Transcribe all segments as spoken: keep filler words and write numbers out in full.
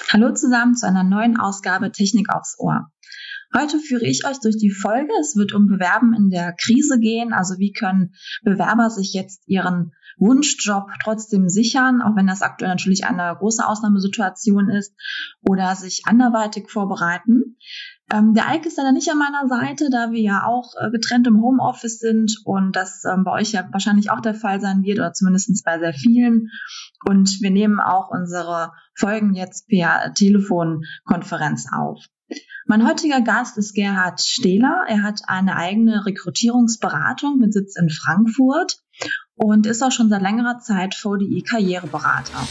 Hallo zusammen zu einer neuen Ausgabe Technik aufs Ohr. Heute führe ich euch durch die Folge. Es wird um Bewerben in der Krise gehen. Also wie können Bewerber sich jetzt ihren Wunschjob trotzdem sichern, auch wenn das aktuell natürlich eine große Ausnahmesituation ist, oder sich anderweitig vorbereiten. Ähm, der Eike ist leider nicht an meiner Seite, da wir ja auch äh, getrennt im Homeoffice sind und das ähm, bei euch ja wahrscheinlich auch der Fall sein wird oder zumindest bei sehr vielen. Und wir nehmen auch unsere Folgen jetzt per Telefonkonferenz auf. Mein heutiger Gast ist Gerhard Stehler. Er hat eine eigene Rekrutierungsberatung mit Sitz in Frankfurt und ist auch schon seit längerer Zeit V D I-Karriereberater.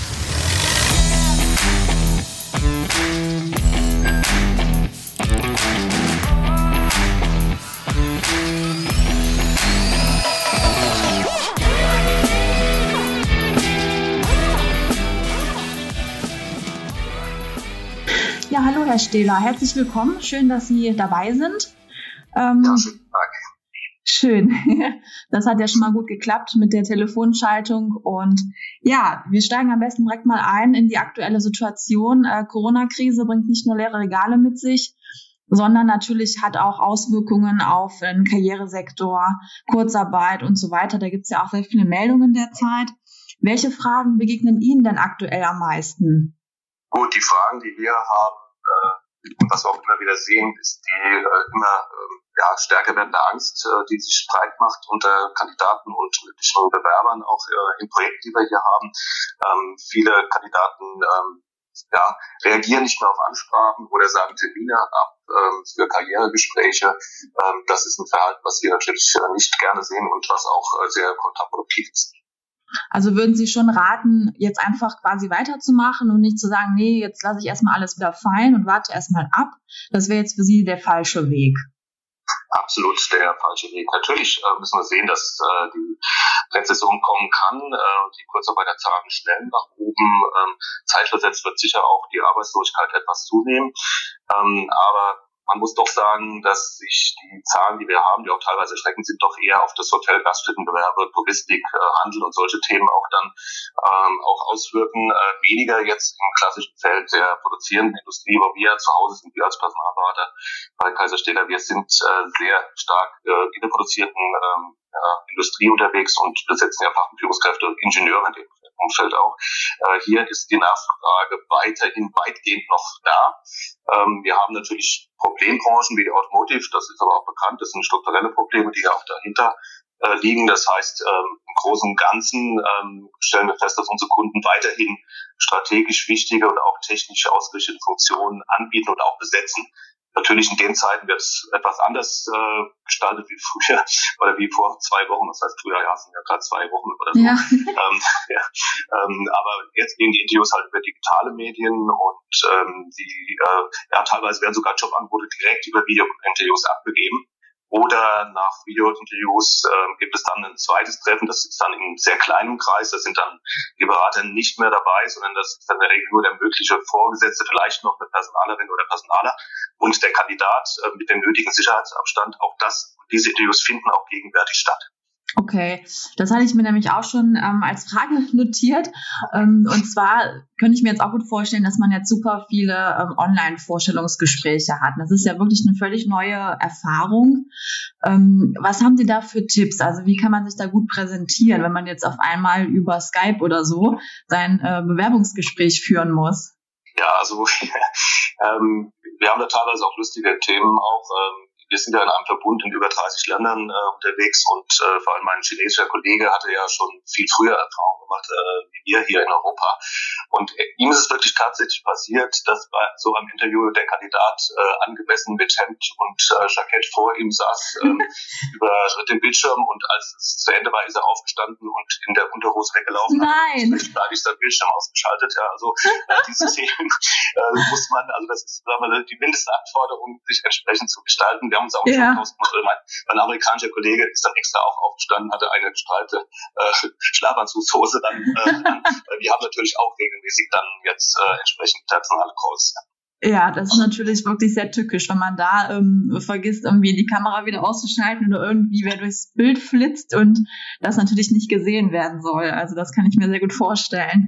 Ja, hallo Herr Stehler, herzlich willkommen. Schön, dass Sie dabei sind. Ähm, ja, schönen Tag. Schön. Das hat ja schon mal gut geklappt mit der Telefonschaltung. Und ja, wir steigen am besten direkt mal ein in die aktuelle Situation. Äh, Corona-Krise bringt nicht nur leere Regale mit sich, sondern natürlich hat auch Auswirkungen auf den Karrieresektor, Kurzarbeit und so weiter. Da gibt es ja auch sehr viele Meldungen derzeit. Welche Fragen begegnen Ihnen denn aktuell am meisten? Gut, die Fragen, die wir haben äh, und was wir auch immer wieder sehen, ist die äh, immer äh, ja, stärker werdende Angst, äh, die sich breit macht unter Kandidaten und möglichen Bewerbern, auch äh, im Projekt, die wir hier haben. Ähm, viele Kandidaten ähm, ja, reagieren nicht mehr auf Ansprachen oder sagen Termine ab ähm, für Karrieregespräche. Ähm, das ist ein Verhalten, was wir natürlich äh, nicht gerne sehen und was auch äh, sehr kontraproduktiv ist. Also würden Sie schon raten, jetzt einfach quasi weiterzumachen und nicht zu sagen, nee, jetzt lasse ich erstmal alles wieder fallen und warte erstmal ab. Das wäre jetzt für Sie der falsche Weg. Absolut der falsche Weg. Natürlich äh, müssen wir sehen, dass äh, die Rezession kommen kann. Äh, die Kurzarbeiterzahlen schnell nach oben. Ähm, zeitversetzt wird sicher auch die Arbeitslosigkeit etwas zunehmen. Ähm, aber man muss doch sagen, dass sich die Zahlen, die wir haben, die auch teilweise erschreckend sind, doch eher auf das Hotel, Gaststättengewerbe, Touristik, äh, Handel und solche Themen auch dann ähm, auch auswirken. Äh, weniger jetzt im klassischen Feld der produzierenden Industrie, wo wir zu Hause sind, wir als Personalberater bei Kaiser Stehler, wir sind äh, sehr stark äh, in der produzierenden ähm, ja, Industrie unterwegs und besetzen ja Fach- und Führungskräfte und Ingenieure in dem Umfeld auch. Äh, hier ist die Nachfrage weiterhin weitgehend noch da. Ähm, wir haben natürlich Problembranchen wie die Automotive, das ist aber auch bekannt, das sind strukturelle Probleme, die ja auch dahinter äh, liegen. Das heißt, ähm, im Großen und Ganzen ähm, stellen wir fest, dass unsere Kunden weiterhin strategisch wichtige und auch technisch ausgerichtete Funktionen anbieten und auch besetzen. Natürlich in den Zeiten wird es etwas anders äh, gestaltet wie früher oder wie vor zwei Wochen. Das heißt, früher ja, sind ja gerade zwei Wochen oder so. Ja. Ähm, ja, ähm, aber jetzt gehen die Interviews halt über digitale Medien und ähm, die äh, ja teilweise werden sogar Jobangebote direkt über Video-Interviews abgegeben. Oder nach Video-Interviews äh, gibt es dann ein zweites Treffen, das ist dann in sehr kleinem Kreis, da sind dann die Berater nicht mehr dabei, sondern das ist dann in der Regel nur der mögliche Vorgesetzte, vielleicht noch eine Personalerin oder Personaler und der Kandidat äh, mit dem nötigen Sicherheitsabstand. Auch das, diese Interviews finden auch gegenwärtig statt. Okay, das hatte ich mir nämlich auch schon ähm, als Frage notiert. Ähm, und zwar könnte ich mir jetzt auch gut vorstellen, dass man jetzt super viele ähm, Online-Vorstellungsgespräche hat. Das ist ja wirklich eine völlig neue Erfahrung. Ähm, was haben Sie da für Tipps? Also wie kann man sich da gut präsentieren, wenn man jetzt auf einmal über Skype oder so sein äh, Bewerbungsgespräch führen muss? Ja, also ähm, wir haben da teilweise auch lustige Themen auch. Ähm, Wir sind ja in einem Verbund in über dreißig Ländern äh, unterwegs und äh, vor allem mein chinesischer Kollege hatte ja schon viel früher Erfahrung gemacht, äh, wie wir hier in Europa. Und äh, ihm ist es wirklich tatsächlich passiert, dass bei so einem Interview der Kandidat äh, angemessen mit Hemd und äh, Jackett vor ihm saß ähm, über den Bildschirm und als es zu Ende war, ist er aufgestanden und in der Unterhose weggelaufen. Nein! Und da ist der Bildschirm ausgeschaltet. Ja, also äh, diese Themen äh, muss man, also das ist sagen wir mal, die mindeste Anforderung, sich entsprechend zu gestalten. Wir haben uns auch Ja. schon ausgemacht. Mein, mein amerikanischer Kollege ist dann extra auch aufgestanden, hatte eine gestreifte äh, Schlafanzugshose dann äh, an. Wir haben natürlich auch regelmäßig dann jetzt äh, entsprechend personale Calls. Ja, das ist natürlich wirklich sehr tückisch, wenn man da ähm, vergisst, irgendwie die Kamera wieder auszuschalten oder irgendwie wer durchs Bild flitzt und das natürlich nicht gesehen werden soll. Also das kann ich mir sehr gut vorstellen.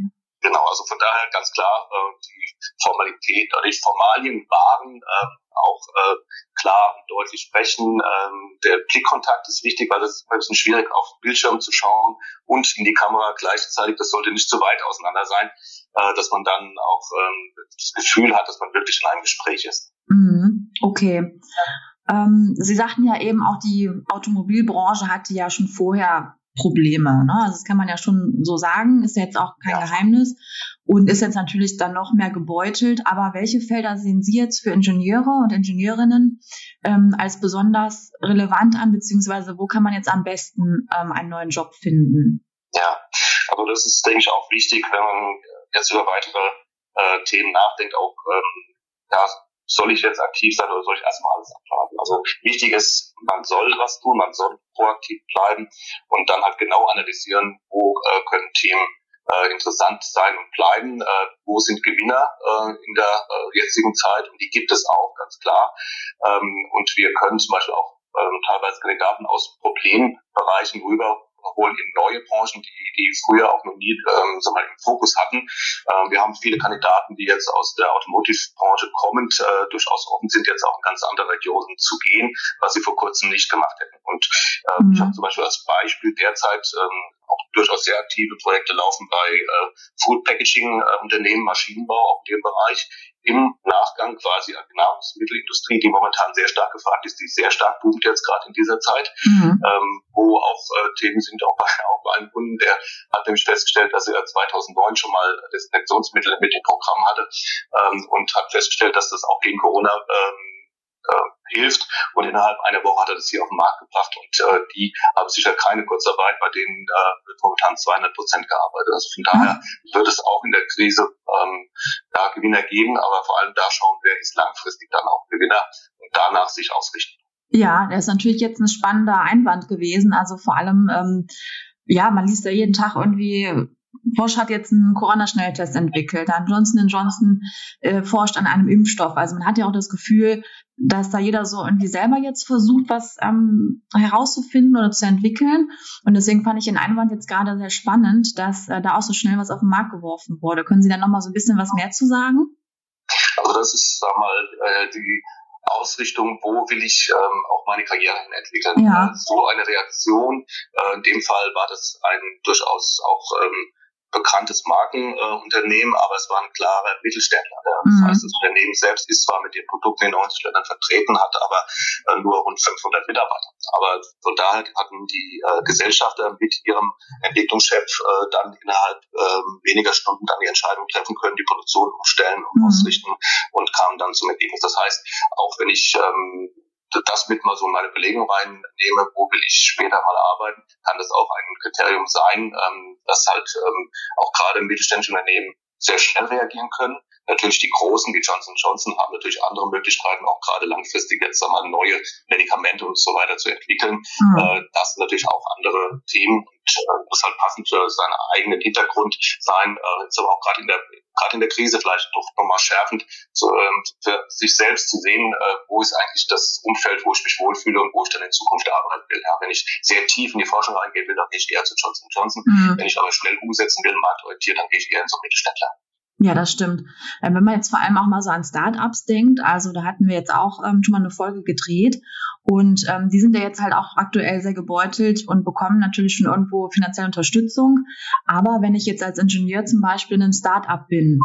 Genau, also von daher ganz klar, äh, die Formalität oder die Formalien waren äh, auch äh, klar und deutlich sprechen. Ähm, der Blickkontakt ist wichtig, weil es ist ein bisschen schwierig, auf den Bildschirm zu schauen und in die Kamera gleichzeitig. Das sollte nicht zu weit auseinander sein, äh, dass man dann auch ähm, das Gefühl hat, dass man wirklich in einem Gespräch ist. Mhm, okay. Ähm, Sie sagten ja eben auch, die Automobilbranche hatte ja schon vorher Probleme, ne? Also das kann man ja schon so sagen, ist ja jetzt auch kein ja. Geheimnis und ist jetzt natürlich dann noch mehr gebeutelt. Aber welche Felder sehen Sie jetzt für Ingenieure und Ingenieurinnen ähm, als besonders relevant an, beziehungsweise wo kann man jetzt am besten ähm, einen neuen Job finden? Ja, also das ist, denke ich, auch wichtig, wenn man jetzt über weitere äh, Themen nachdenkt, auch ähm, ja, soll ich jetzt aktiv sein oder soll ich erstmal alles abwarten? Also wichtig ist, man soll was tun, man soll proaktiv bleiben und dann halt genau analysieren, wo äh, können Themen äh, interessant sein und bleiben, äh, wo sind Gewinner äh, in der äh, jetzigen Zeit und die gibt es auch, ganz klar. Ähm, und wir können zum Beispiel auch ähm, teilweise Kandidaten aus Problembereichen rüber holen in neue Branchen, die, die früher auch noch nie ähm, sagen wir mal, im Fokus hatten. Ähm, wir haben viele Kandidaten, die jetzt aus der Automotive-Branche kommend äh, durchaus offen sind, jetzt auch in ganz andere Regionen zu gehen, was sie vor kurzem nicht gemacht hätten. Und äh, mhm. ich habe zum Beispiel als Beispiel derzeit ähm, auch durchaus sehr aktive Projekte laufen bei äh, Food-Packaging-Unternehmen, äh, Maschinenbau, auch in dem Bereich, im Nachgang quasi an die Nahrungsmittelindustrie, die momentan sehr stark gefragt ist, die sehr stark boomt jetzt gerade in dieser Zeit, mhm. ähm, wo auch äh, Themen sind, auch bei, auch bei einem Kunden, der hat nämlich festgestellt, dass er zweitausendneun schon mal Desinfektionsmittel mit dem Programm hatte ähm, und hat festgestellt, dass das auch gegen Corona ähm, äh, hilft und innerhalb einer Woche hat er das hier auf den Markt gebracht und äh, die haben sicher keine Kurzarbeit, bei denen äh, wird momentan zweihundert Prozent gearbeitet. Also von daher wird es auch in der Krise ähm, ja, Gewinner geben, aber vor allem da schauen, wer ist langfristig dann auch Gewinner und danach sich ausrichten. Ja, das ist natürlich jetzt ein spannender Einwand gewesen. Also vor allem, ähm, ja, man liest ja jeden Tag irgendwie, Bosch hat jetzt einen Corona-Schnelltest entwickelt, dann Johnson and Johnson äh, forscht an einem Impfstoff. Also man hat ja auch das Gefühl, dass da jeder so irgendwie selber jetzt versucht, was ähm, herauszufinden oder zu entwickeln. Und deswegen fand ich den Einwand jetzt gerade sehr spannend, dass äh, da auch so schnell was auf den Markt geworfen wurde. Können Sie da nochmal so ein bisschen was mehr zu sagen? Also das ist, sag mal, äh, die Ausrichtung, wo will ich ähm, auch meine Karriere hin entwickeln. Ja. Äh, so eine Reaktion, äh, in dem Fall war das ein durchaus auch ähm, bekanntes Markenunternehmen, äh, aber es war ein klarer Mittelständler. Ja. Das mhm. heißt, das Unternehmen selbst ist zwar mit den Produkten in neunzig Ländern vertreten, hat aber äh, nur rund fünfhundert Mitarbeiter. Aber von daher hatten die äh, Gesellschafter mit ihrem Entwicklungschef äh, dann innerhalb äh, weniger Stunden dann die Entscheidung treffen können, die Produktion umstellen und mhm. ausrichten und kamen dann zum Ergebnis. Das heißt, auch wenn ich ähm, das mit mal so in meine Belegung reinnehme, wo will ich später mal arbeiten, kann das auch ein Kriterium sein, ähm, dass halt ähm, auch gerade mittelständische Unternehmen sehr schnell reagieren können. Natürlich die Großen wie Johnson and Johnson haben natürlich andere Möglichkeiten, auch gerade langfristig jetzt einmal neue Medikamente und so weiter zu entwickeln. Mhm. Äh, das sind natürlich auch andere Themen und äh, muss halt passend für seinen eigenen Hintergrund sein. Äh, jetzt aber auch gerade in der gerade in der Krise vielleicht doch nochmal schärfend, so, ähm, für sich selbst zu sehen, äh, wo ist eigentlich das Umfeld, wo ich mich wohlfühle und wo ich dann in Zukunft arbeiten will. Ja, wenn ich sehr tief in die Forschung reingehen will, dann gehe ich eher zu Johnson and Johnson. Mhm. Wenn ich aber schnell umsetzen will, marktorientiert, dann gehe ich eher in so Mittelständler. Ja, das stimmt. Wenn man jetzt vor allem auch mal so an Start-ups denkt, also da hatten wir jetzt auch ähm, schon mal eine Folge gedreht und ähm, die sind ja jetzt halt auch aktuell sehr gebeutelt und bekommen natürlich schon irgendwo finanzielle Unterstützung. Aber wenn ich jetzt als Ingenieur zum Beispiel in einem Start-up bin,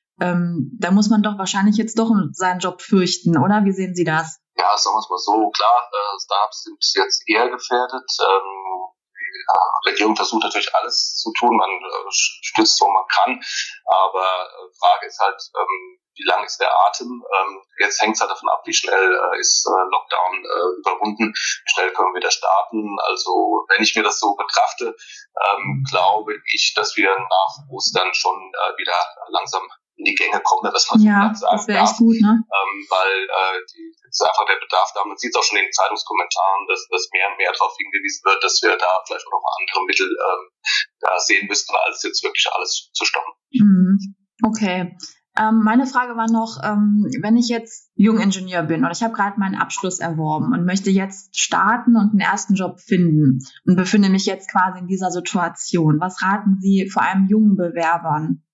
ähm, da muss man doch wahrscheinlich jetzt doch seinen Job fürchten, oder? Wie sehen Sie das? Ja, sagen wir es mal so. Klar, äh, Start-ups sind jetzt eher gefährdet. Ähm Die Regierung versucht natürlich alles zu tun, man äh, stützt, wo man kann, aber äh, Frage ist halt, ähm, wie lang ist der Atem? Ähm, jetzt hängt es halt davon ab, wie schnell äh, ist äh, Lockdown äh, überwunden, wie schnell können wir wieder starten. Also wenn ich mir das so betrachte, ähm, glaube ich, dass wir nach Ostern schon äh, wieder langsam in die Gänge kommen, dass man ja, so sagen das wäre echt gut, ne? Ähm, weil äh, die, ist einfach der Bedarf da. Man sieht es auch schon in den Zeitungskommentaren, dass, dass mehr und mehr darauf hingewiesen wird, dass wir da vielleicht auch noch andere Mittel ähm, da sehen müssten, als jetzt wirklich alles zu stoppen. Mhm. Okay. Ähm, meine Frage war noch, ähm, wenn ich jetzt Jungingenieur bin und ich habe gerade meinen Abschluss erworben und möchte jetzt starten und einen ersten Job finden und befinde mich jetzt quasi in dieser Situation, was raten Sie vor allem jungen Bewerbern?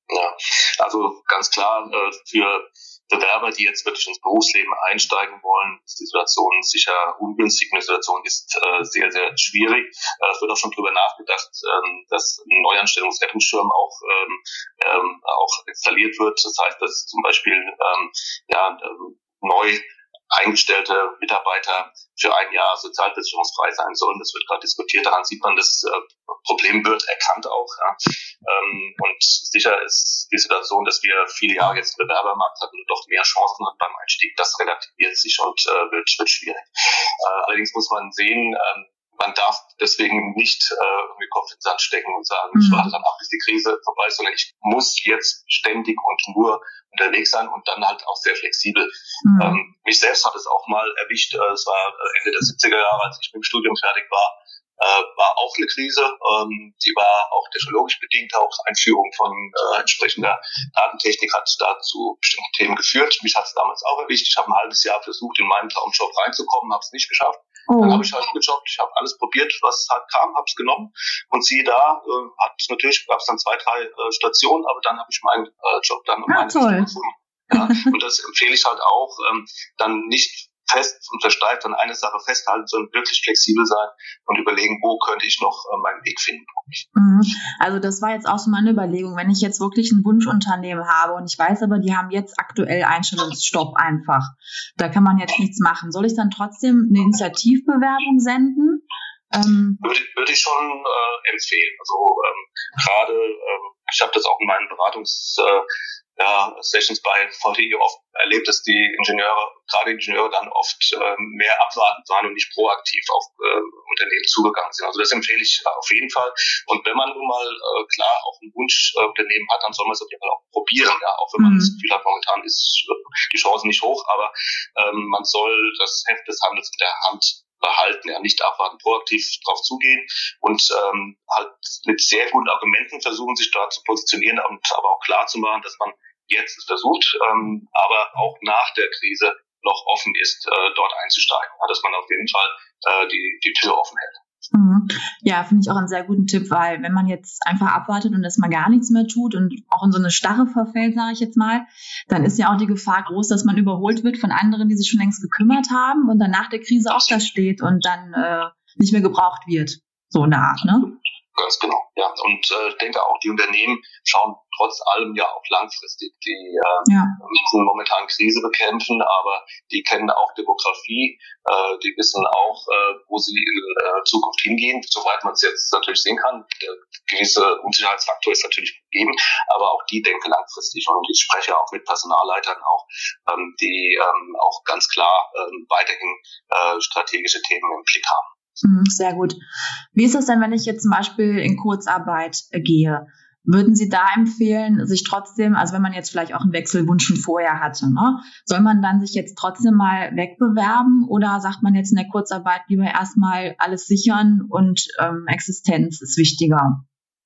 Ja, also ganz klar, äh, für Bewerber, die jetzt wirklich ins Berufsleben einsteigen wollen, ist die Situation sicher ungünstig. Die Situation ist äh, sehr, sehr schwierig. Äh, es wird auch schon darüber nachgedacht, ähm, dass ein Neuanstellungsrettungsschirm auch, ähm, ähm, auch installiert wird. Das heißt, dass zum Beispiel ähm, ja, ähm, neu eingestellte Mitarbeiter für ein Jahr sozialversicherungsfrei sein sollen. Das wird gerade diskutiert. Daran sieht man, das äh, Problem wird erkannt auch. Ja. Ähm, und sicher ist die Situation, dass wir viele Jahre jetzt einen Bewerbermarkt hatten und doch mehr Chancen hatten beim Einstieg. Das relativiert sich und äh, wird, wird schwierig. Äh, allerdings muss man sehen, ähm, man darf deswegen nicht äh, den Kopf in den Sand stecken und sagen, mhm. ich warte dann ab, bis die Krise vorbei ist, sondern ich muss jetzt ständig und nur unterwegs sein und dann halt auch sehr flexibel. Mhm. Ähm, mich selbst hat es auch mal erwischt, äh, es war Ende der siebziger Jahre, als ich mit dem Studium fertig war, äh, war auch eine Krise, ähm, die war auch technologisch bedingt, auch Einführung von äh, entsprechender Datentechnik hat dazu bestimmte Themen geführt. Mich hat es damals auch erwischt. Ich habe ein halbes Jahr versucht, in meinen Traumjob reinzukommen, habe es nicht geschafft. Oh. Dann habe ich halt gejobbt, ich habe alles probiert, was halt kam, habe es genommen und siehe da, äh, hat natürlich gab es dann zwei, drei äh, Stationen, aber dann habe ich meinen äh, Job dann und ja, meine toll. gefunden. Ja, und das empfehle ich halt auch, ähm, dann nicht fest und versteift an eine Sache festhalten, sondern wirklich flexibel sein und überlegen, wo könnte ich noch äh, meinen Weg finden. Also das war jetzt auch so meine Überlegung, wenn ich jetzt wirklich ein Wunschunternehmen habe und ich weiß aber, die haben jetzt aktuell Einstellungsstopp einfach, da kann man jetzt nichts machen. Soll ich dann trotzdem eine Initiativbewerbung senden? Ähm würde, würde ich schon äh, empfehlen. Also ähm, gerade, ähm, ich habe das auch in meinen Beratungs äh, ja, Sessions bei V D I oft erlebt, dass die Ingenieure, gerade Ingenieure dann oft äh, mehr abwartend waren und nicht proaktiv auf äh, Unternehmen zugegangen sind. Also das empfehle ich auf jeden Fall. Und wenn man nun mal äh, klar auch ein Wunschunternehmen äh, hat, dann soll man es auf jeden Fall auch probieren. Ja, auch wenn man mhm. das Gefühl hat, momentan ist äh, die Chance nicht hoch, aber ähm, man soll das Heft des Handels in der Hand behalten, ja, nicht abwarten, proaktiv drauf zugehen und ähm, halt mit sehr guten Argumenten versuchen, sich da zu positionieren und aber auch klar zu machen, dass man jetzt es versucht, ähm, aber auch nach der Krise noch offen ist, äh, dort einzusteigen, ja, dass man auf jeden Fall äh, die, die Tür offen hält. Mhm. Ja, finde ich auch einen sehr guten Tipp, weil wenn man jetzt einfach abwartet und erstmal gar nichts mehr tut und auch in so eine Starre verfällt, sage ich jetzt mal, dann ist ja auch die Gefahr groß, dass man überholt wird von anderen, die sich schon längst gekümmert haben und dann nach der Krise auch da steht und dann äh, nicht mehr gebraucht wird. So eine Art, ne? Ganz genau, ja. Und äh, ich denke auch, die Unternehmen schauen trotz allem ja auch langfristig. Die äh, ja. müssen momentan Krise bekämpfen, aber die kennen auch Demografie, äh, die wissen auch, äh, wo sie in äh, Zukunft hingehen, soweit man es jetzt natürlich sehen kann. Der gewisse Unsicherheitsfaktor ist natürlich gegeben, aber auch die denken langfristig. Und ich spreche auch mit Personalleitern auch, ähm, die ähm, auch ganz klar ähm, weiterhin äh, strategische Themen im Blick haben. Sehr gut. Wie ist es denn, wenn ich jetzt zum Beispiel in Kurzarbeit äh, gehe? Würden Sie da empfehlen, sich trotzdem, also wenn man jetzt vielleicht auch einen Wechselwunsch schon vorher hatte, ne, soll man dann sich jetzt trotzdem mal wegbewerben oder sagt man jetzt in der Kurzarbeit lieber erstmal alles sichern und ähm, Existenz ist wichtiger?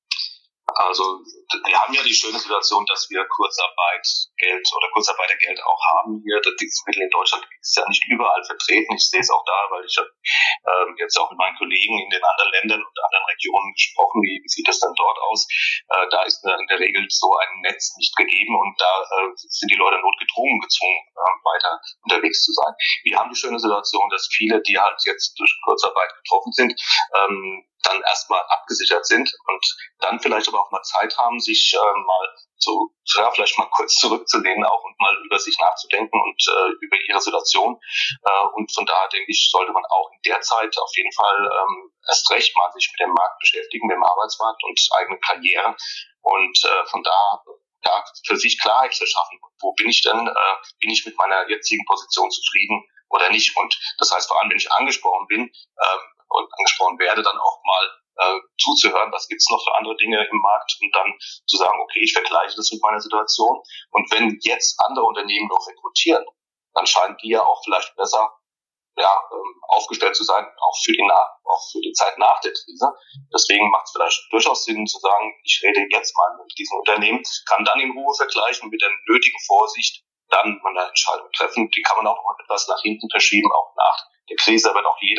Also wir haben ja die schöne Situation, dass wir Kurzarbeitgeld oder Kurzarbeitergeld auch haben hier. Dieses Mittel in Deutschland ist ja nicht überall vertreten. Ich sehe es auch da, weil ich habe ähm, jetzt auch mit meinen Kollegen in den anderen Ländern und anderen Regionen gesprochen. Wie, wie sieht das denn dort aus? Äh, da ist in der Regel so ein Netz nicht gegeben und da äh, sind die Leute notgedrungen gezwungen, äh, weiter unterwegs zu sein. Wir haben die schöne Situation, dass viele, die halt jetzt durch Kurzarbeit getroffen sind, ähm, dann erstmal abgesichert sind und dann vielleicht aber auch mal Zeit haben, sich äh, mal so, ja, vielleicht mal kurz zurückzulehnen auch und mal über sich nachzudenken und äh, über ihre Situation. Äh, und von daher denke ich, sollte man auch in der Zeit auf jeden Fall ähm, erst recht mal sich mit dem Markt beschäftigen, mit dem Arbeitsmarkt und eigene Karriere. Und äh, von da ja, für sich Klarheit verschaffen. Wo bin ich denn? Äh, bin ich mit meiner jetzigen Position zufrieden oder nicht? Und das heißt vor allem, wenn ich angesprochen bin, äh, und angesprochen werde, dann auch mal äh, zuzuhören, was gibt's noch für andere Dinge im Markt und dann zu sagen, okay, ich vergleiche das mit meiner Situation. Und wenn jetzt andere Unternehmen noch rekrutieren, dann scheinen die ja auch vielleicht besser ja, ähm, aufgestellt zu sein, auch für die nach, auch für die Zeit nach der Krise. Deswegen macht es vielleicht durchaus Sinn zu sagen, ich rede jetzt mal mit diesem Unternehmen, kann dann in Ruhe vergleichen mit der nötigen Vorsicht, dann meine Entscheidung treffen. Die kann man auch noch etwas nach hinten verschieben, auch nach der Krise, aber auch jeder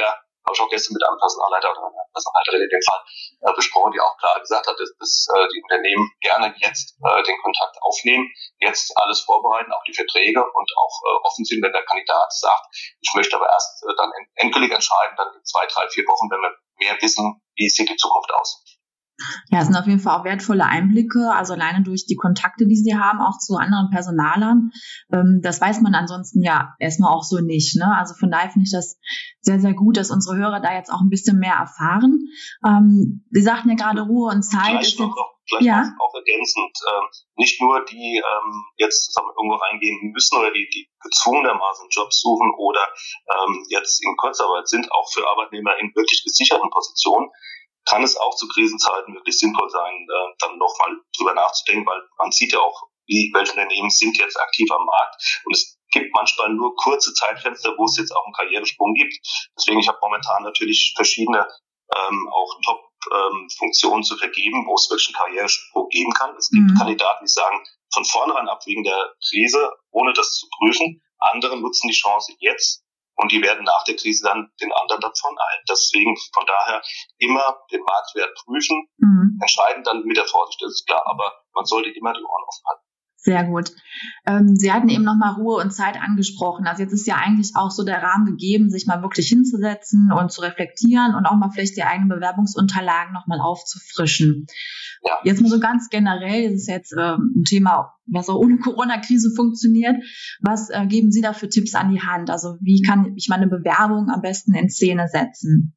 habe ich auch gestern mit einem Personalleiter oder einer Personalleiterin in dem Fall äh, besprochen, die auch klar gesagt hat, dass, dass äh, die Unternehmen gerne jetzt äh, den Kontakt aufnehmen, jetzt alles vorbereiten, auch die Verträge und auch äh, offen sind, wenn der Kandidat sagt, ich möchte aber erst äh, dann endgültig entscheiden, dann in zwei, drei, vier Wochen, wenn wir mehr wissen, wie sieht die Zukunft aus. Ja, es sind auf jeden Fall auch wertvolle Einblicke, also alleine durch die Kontakte, die Sie haben, auch zu anderen Personalern. Ähm, das weiß man ansonsten ja erstmal auch so nicht, ne? Also von daher finde ich das sehr, sehr gut, dass unsere Hörer da jetzt auch ein bisschen mehr erfahren. Ähm, Sie sagten ja gerade, Ruhe und Zeit. Vielleicht ist noch, jetzt, noch vielleicht ja. auch ergänzend, ähm, nicht nur die ähm, jetzt zusammen irgendwo reingehen müssen oder die, die gezwungenermaßen Jobs suchen oder ähm, jetzt in Kurzarbeit sind, auch für Arbeitnehmer in wirklich gesicherten Positionen, kann es auch zu Krisenzeiten wirklich sinnvoll sein, äh, dann nochmal drüber nachzudenken, weil man sieht ja auch, wie, welche Unternehmen sind jetzt aktiv am Markt und es gibt manchmal nur kurze Zeitfenster, wo es jetzt auch einen Karrieresprung gibt. Deswegen, ich habe momentan natürlich verschiedene ähm, auch Top-Funktionen ähm, zu vergeben, wo es wirklich einen Karrieresprung geben kann. Es gibt mhm. Kandidaten, die sagen, von vornherein ab wegen der Krise, ohne das zu prüfen, andere nutzen die Chance jetzt. Und die werden nach der Krise dann den anderen davon ein. Deswegen von daher immer den Marktwert prüfen, mhm. entscheiden dann mit der Vorsicht, das ist klar. Aber man sollte immer die Ohren offen halten. Sehr gut. Ähm, Sie hatten eben nochmal Ruhe und Zeit angesprochen. Also jetzt ist ja eigentlich auch so der Rahmen gegeben, sich mal wirklich hinzusetzen und zu reflektieren und auch mal vielleicht die eigenen Bewerbungsunterlagen nochmal aufzufrischen. Ja. Jetzt mal so ganz generell, das ist jetzt äh, ein Thema, was auch ohne Corona-Krise funktioniert. Was äh, geben Sie da für Tipps an die Hand? Also wie kann ich meine Bewerbung am besten in Szene setzen?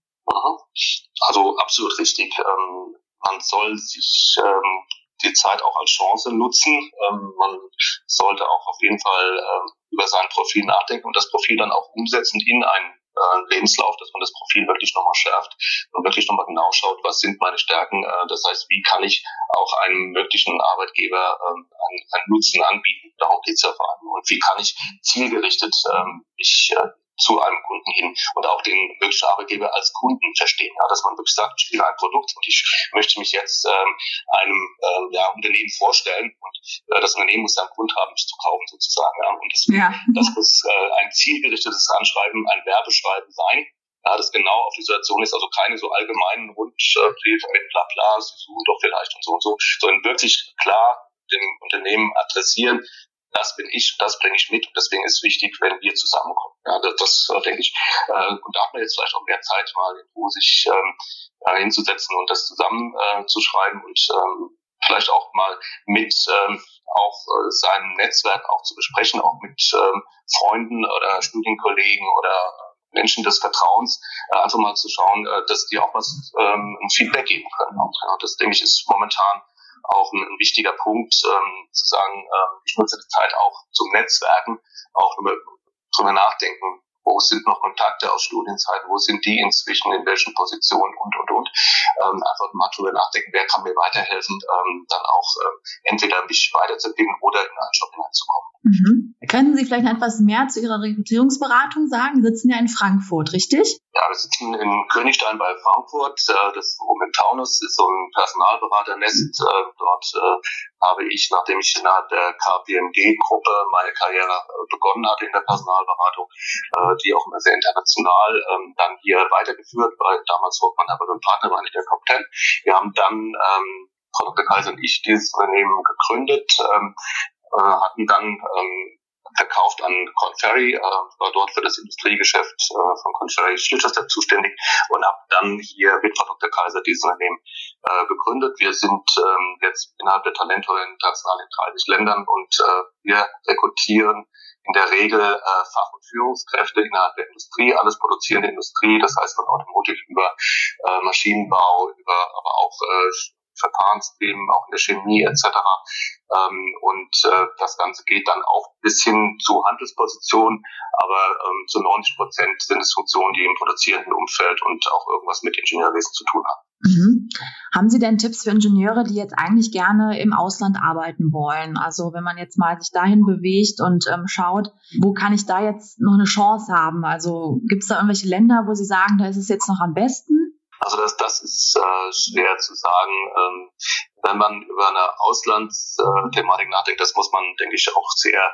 Also absolut richtig. Ähm, man soll sich ähm, die Zeit auch als Chance nutzen. Ähm, man sollte auch auf jeden Fall ähm, über sein Profil nachdenken und das Profil dann auch umsetzen in einen äh, Lebenslauf, dass man das Profil wirklich nochmal schärft und wirklich nochmal genau schaut, was sind meine Stärken. Äh, das heißt, wie kann ich auch einem möglichen Arbeitgeber ähm, einen, einen Nutzen anbieten. Darum geht es ja vor allem. Und wie kann ich zielgerichtet ähm, mich äh, zu einem Kunden hin und auch den möglichen Arbeitgeber als Kunden verstehen. Ja, dass man wirklich sagt, ich bin ein Produkt und ich möchte mich jetzt ähm, einem ähm, ja, Unternehmen vorstellen und äh, das Unternehmen muss einen Grund haben, mich zu kaufen sozusagen. Ja. Und deswegen, ja. das muss äh, ein zielgerichtetes Anschreiben, ein Werbeschreiben sein, ja, das genau auf die Situation ist, also keine so allgemeinen Wunschbriefe mit bla bla, Sie suchen doch vielleicht und so und so, sondern wirklich klar dem Unternehmen adressieren, das bin ich, das bringe ich mit und deswegen ist es wichtig, wenn wir zusammenkommen. Ja, das, das äh, denke ich, äh, und da hat man jetzt vielleicht auch mehr Zeit, mal irgendwo sich ähm, äh, hinzusetzen und das zusammen äh, zu schreiben und ähm, vielleicht auch mal mit ähm, auch äh, seinem Netzwerk auch zu besprechen, auch mit ähm, Freunden oder Studienkollegen oder Menschen des Vertrauens, äh, einfach mal zu schauen, äh, dass die auch was ähm, ein Feedback geben können. Und, ja, das denke ich ist momentan auch ein, ein wichtiger Punkt, ähm, zu sagen, ähm, ich nutze die Zeit auch zum Netzwerken, auch drüber nachdenken, wo sind noch Kontakte aus Studienzeiten, wo sind die inzwischen, in welchen Positionen und, und, und. Ähm, einfach mal drüber nachdenken, wer kann mir weiterhelfen, ähm, dann auch ähm, entweder mich weiterzubilden oder in einen Job hineinzukommen. Mhm. Können Sie vielleicht etwas mehr zu Ihrer Rekrutierungsberatung sagen? Sie sitzen ja in Frankfurt, richtig? Ja, wir sitzen in Königstein bei Frankfurt. Das oben im Taunus ist so ein Personalberaternest. Dort habe ich, nachdem ich innerhalb der K P M G-Gruppe meine Karriere begonnen hatte in der Personalberatung, die auch immer sehr international, dann hier weitergeführt, weil damals Hoffmann Herbert und Partner war nicht der Top Ten. Wir haben dann, Frau Doktor Kaiser und ich, dieses Unternehmen gegründet, hatten dann ähm, verkauft an Korn Ferry, äh, war dort für das Industriegeschäft äh, von Korn Ferry Chichester zuständig und habe dann hier mit Frau Doktor Kaiser dieses Unternehmen äh, gegründet. Wir sind ähm, jetzt innerhalb der Talentor international in dreißig Ländern und äh, wir rekrutieren in der Regel äh, Fach- und Führungskräfte innerhalb der Industrie, alles produzierende Industrie, das heißt von Automotive über äh, Maschinenbau, über aber auch äh, Verfahrensthemen, auch in der Chemie et cetera. Ähm, und äh, das Ganze geht dann auch bis hin zu Handelspositionen, aber ähm, zu neunzig Prozent sind es Funktionen, die im produzierenden Umfeld und auch irgendwas mit Ingenieurwesen zu tun haben. Mhm. Haben Sie denn Tipps für Ingenieure, die jetzt eigentlich gerne im Ausland arbeiten wollen? Also wenn man jetzt mal sich dahin bewegt und ähm, schaut, wo kann ich da jetzt noch eine Chance haben? Also gibt es da irgendwelche Länder, wo Sie sagen, da ist es jetzt noch am besten? Also das, das ist äh, schwer zu sagen. Ähm, wenn man über eine Auslandsthematik nachdenkt, das muss man, denke ich, auch sehr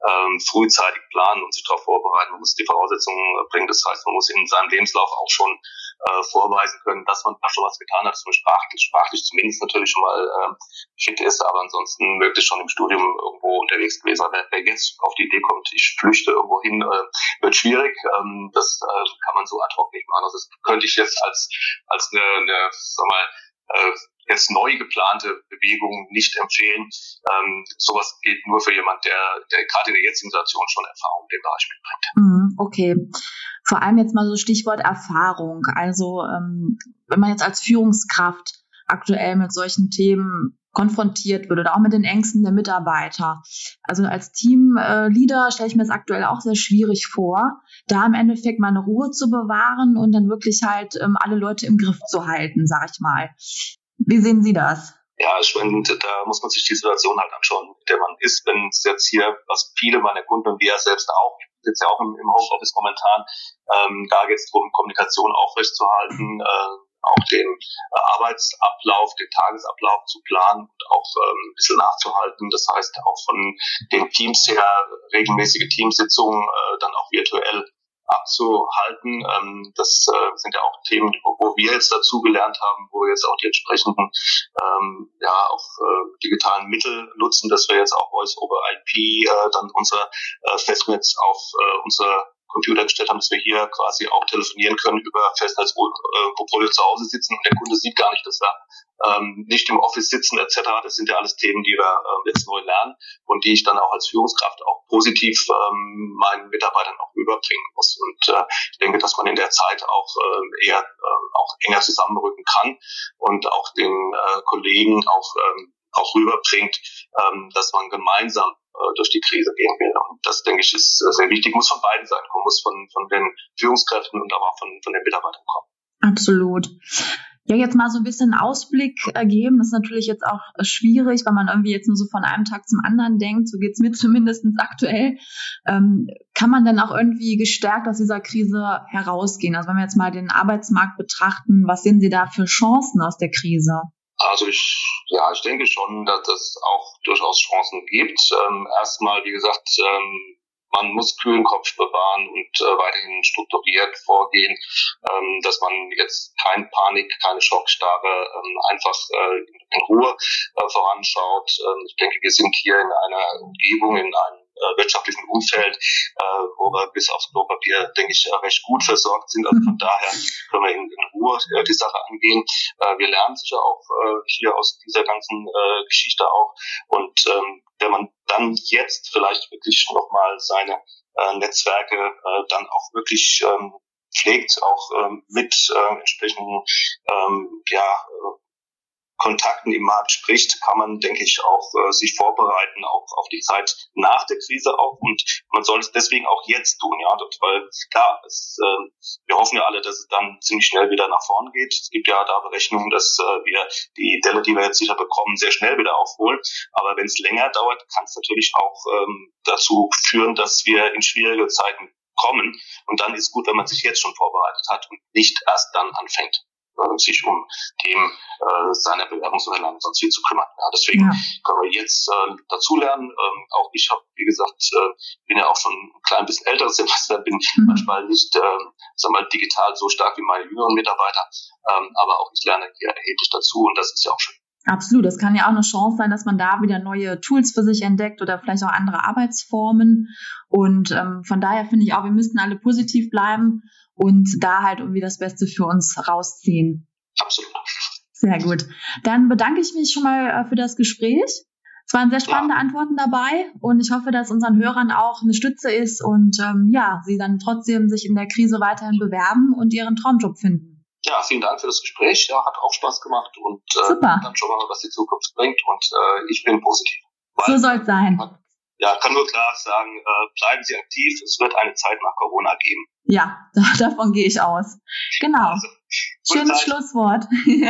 ähm, frühzeitig planen und sich darauf vorbereiten. Man muss die Voraussetzungen bringen. Das heißt, man muss in seinem Lebenslauf auch schon äh, vorweisen können, dass man da schon was getan hat, dass man sprachlich, sprachlich zumindest natürlich schon mal äh, fit ist, aber ansonsten möglichst schon im Studium irgendwo unterwegs gewesen. Aber wer, wer jetzt auf die Idee kommt, ich flüchte irgendwo hin, äh, wird schwierig. Ähm, das äh, kann man so ad hoc nicht machen. Also das könnte ich jetzt als als eine, eine sag mal, äh, jetzt neu geplante Bewegung nicht empfehlen. Ähm, sowas geht nur für jemand, der, der gerade in der jetzigen Situation schon Erfahrung in dem Bereich mitbringt. Okay. Vor allem jetzt mal so Stichwort Erfahrung. Also ähm, wenn man jetzt als Führungskraft aktuell mit solchen Themen konfrontiert wird oder auch mit den Ängsten der Mitarbeiter. Also als Teamleader stelle ich mir das aktuell auch sehr schwierig vor, da im Endeffekt mal eine Ruhe zu bewahren und dann wirklich halt ähm, alle Leute im Griff zu halten, sag ich mal. Wie sehen Sie das? Ja, ich meine, da muss man sich die Situation halt anschauen, in der man ist. Wenn es jetzt hier, was viele meiner Kunden und wir selbst auch, jetzt ja auch im, im Homeoffice momentan, ähm, da geht es darum, Kommunikation aufrechtzuerhalten, äh, auch den äh, Arbeitsablauf, den Tagesablauf zu planen und auch ähm, ein bisschen nachzuhalten. Das heißt, auch von den Teams her regelmäßige Teamsitzungen äh, dann auch virtuell abzuhalten. Ähm, das äh, sind ja auch Themen, wo wir jetzt dazu gelernt haben, wo wir jetzt auch die entsprechenden ähm, ja auch äh, digitalen Mittel nutzen, dass wir jetzt auch Voice over I P äh, dann unser äh, Festnetz auf äh, unser Computer gestellt haben, dass wir hier quasi auch telefonieren können über Festnetz, obwohl wir zu Hause sitzen und der Kunde sieht gar nicht, dass wir ähm, nicht im Office sitzen et cetera. Das sind ja alles Themen, die wir äh, jetzt neu lernen und die ich dann auch als Führungskraft auch positiv ähm, meinen Mitarbeitern auch überbringen muss. Und äh, ich denke, dass man in der Zeit auch äh, eher äh, auch enger zusammenrücken kann und auch den äh, Kollegen auch ähm, auch rüberbringt, ähm, dass man gemeinsam äh, durch die Krise gehen will. Und das, denke ich, ist sehr wichtig, muss von beiden Seiten kommen, muss von von den Führungskräften und aber auch von von den Mitarbeitern kommen. Absolut. Ja, jetzt mal so ein bisschen Ausblick ergeben, ist natürlich jetzt auch schwierig, weil man irgendwie jetzt nur so von einem Tag zum anderen denkt, so geht's mir zumindest aktuell. Ähm, kann man denn auch irgendwie gestärkt aus dieser Krise herausgehen? Also wenn wir jetzt mal den Arbeitsmarkt betrachten, was sehen Sie da für Chancen aus der Krise? Also ich, ja, ich denke schon, dass es auch durchaus Chancen gibt. Ähm, erstmal, wie gesagt, ähm, man muss kühlen Kopf bewahren und äh, weiterhin strukturiert vorgehen, ähm, dass man jetzt keine Panik, keine Schockstarre, ähm, einfach äh, in Ruhe äh, voranschaut. Ähm, ich denke, wir sind hier in einer Umgebung, in einem äh, wirtschaftlichen Umfeld, äh, wo wir bis aufs Klopapier, denke ich, äh, recht gut versorgt sind. Also von daher können wir in, in Ruhe äh, die Sache angehen. Äh, wir lernen sicher auch äh, hier aus dieser ganzen äh, Geschichte auch. Und ähm, wenn man dann jetzt vielleicht wirklich nochmal seine äh, Netzwerke äh, dann auch wirklich ähm, pflegt, auch ähm, mit äh, entsprechenden ähm, ja, äh, Kontakten im Markt spricht, kann man, denke ich, auch äh, sich vorbereiten, auch auf die Zeit nach der Krise auch. Und man soll es deswegen auch jetzt tun, ja, weil klar, es, äh, wir hoffen ja alle, dass es dann ziemlich schnell wieder nach vorn geht. Es gibt ja da Berechnungen, dass äh, wir die Delle, die wir jetzt sicher bekommen, sehr schnell wieder aufholen. Aber wenn es länger dauert, kann es natürlich auch ähm, dazu führen, dass wir in schwierige Zeiten kommen. Und dann ist gut, wenn man sich jetzt schon vorbereitet hat und nicht erst dann anfängt, sich um Themen äh, seiner Bewerbungsunterlagen sonst viel zu kümmern. Ja, deswegen ja. können wir jetzt äh, dazulernen. Ähm, auch ich habe, wie gesagt, äh, bin ja auch schon ein klein bisschen älteres Semester, bin mhm. manchmal nicht, äh, sag mal, digital so stark wie meine jüngeren Mitarbeiter, ähm, aber auch ich lerne hier erheblich dazu und das ist ja auch schön. Absolut, das kann ja auch eine Chance sein, dass man da wieder neue Tools für sich entdeckt oder vielleicht auch andere Arbeitsformen. Und ähm, von daher finde ich auch, wir müssten alle positiv bleiben und da halt irgendwie das Beste für uns rausziehen. Absolut. Sehr gut. Dann bedanke ich mich schon mal äh, für das Gespräch. Es waren sehr spannende ja. Antworten dabei und ich hoffe, dass unseren Hörern auch eine Stütze ist und ähm, ja, sie dann trotzdem sich in der Krise weiterhin bewerben und ihren Traumjob finden. Ja, vielen Dank für das Gespräch. Ja, hat auch Spaß gemacht und äh, Super. Dann schauen wir mal, was die Zukunft bringt und äh, ich bin positiv. Weil, so soll es sein. Man, ja, kann nur klar sagen, äh, bleiben Sie aktiv. Es wird eine Zeit nach Corona geben. Ja, davon gehe ich aus. Genau. Also, schönes Zeit. Schlusswort.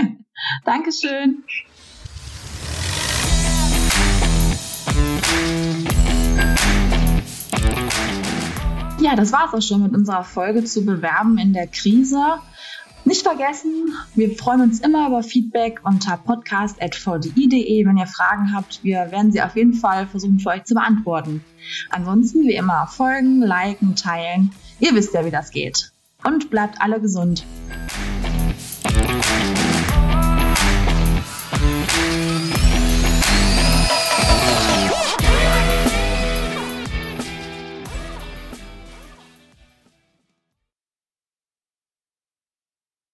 Dankeschön. Ja, das war's auch schon mit unserer Folge zu Bewerben in der Krise. Nicht vergessen, wir freuen uns immer über Feedback unter podcast at v d i punkt d e. Wenn ihr Fragen habt, wir werden sie auf jeden Fall versuchen für euch zu beantworten. Ansonsten wie immer folgen, liken, teilen. Ihr wisst ja, wie das geht. Und bleibt alle gesund.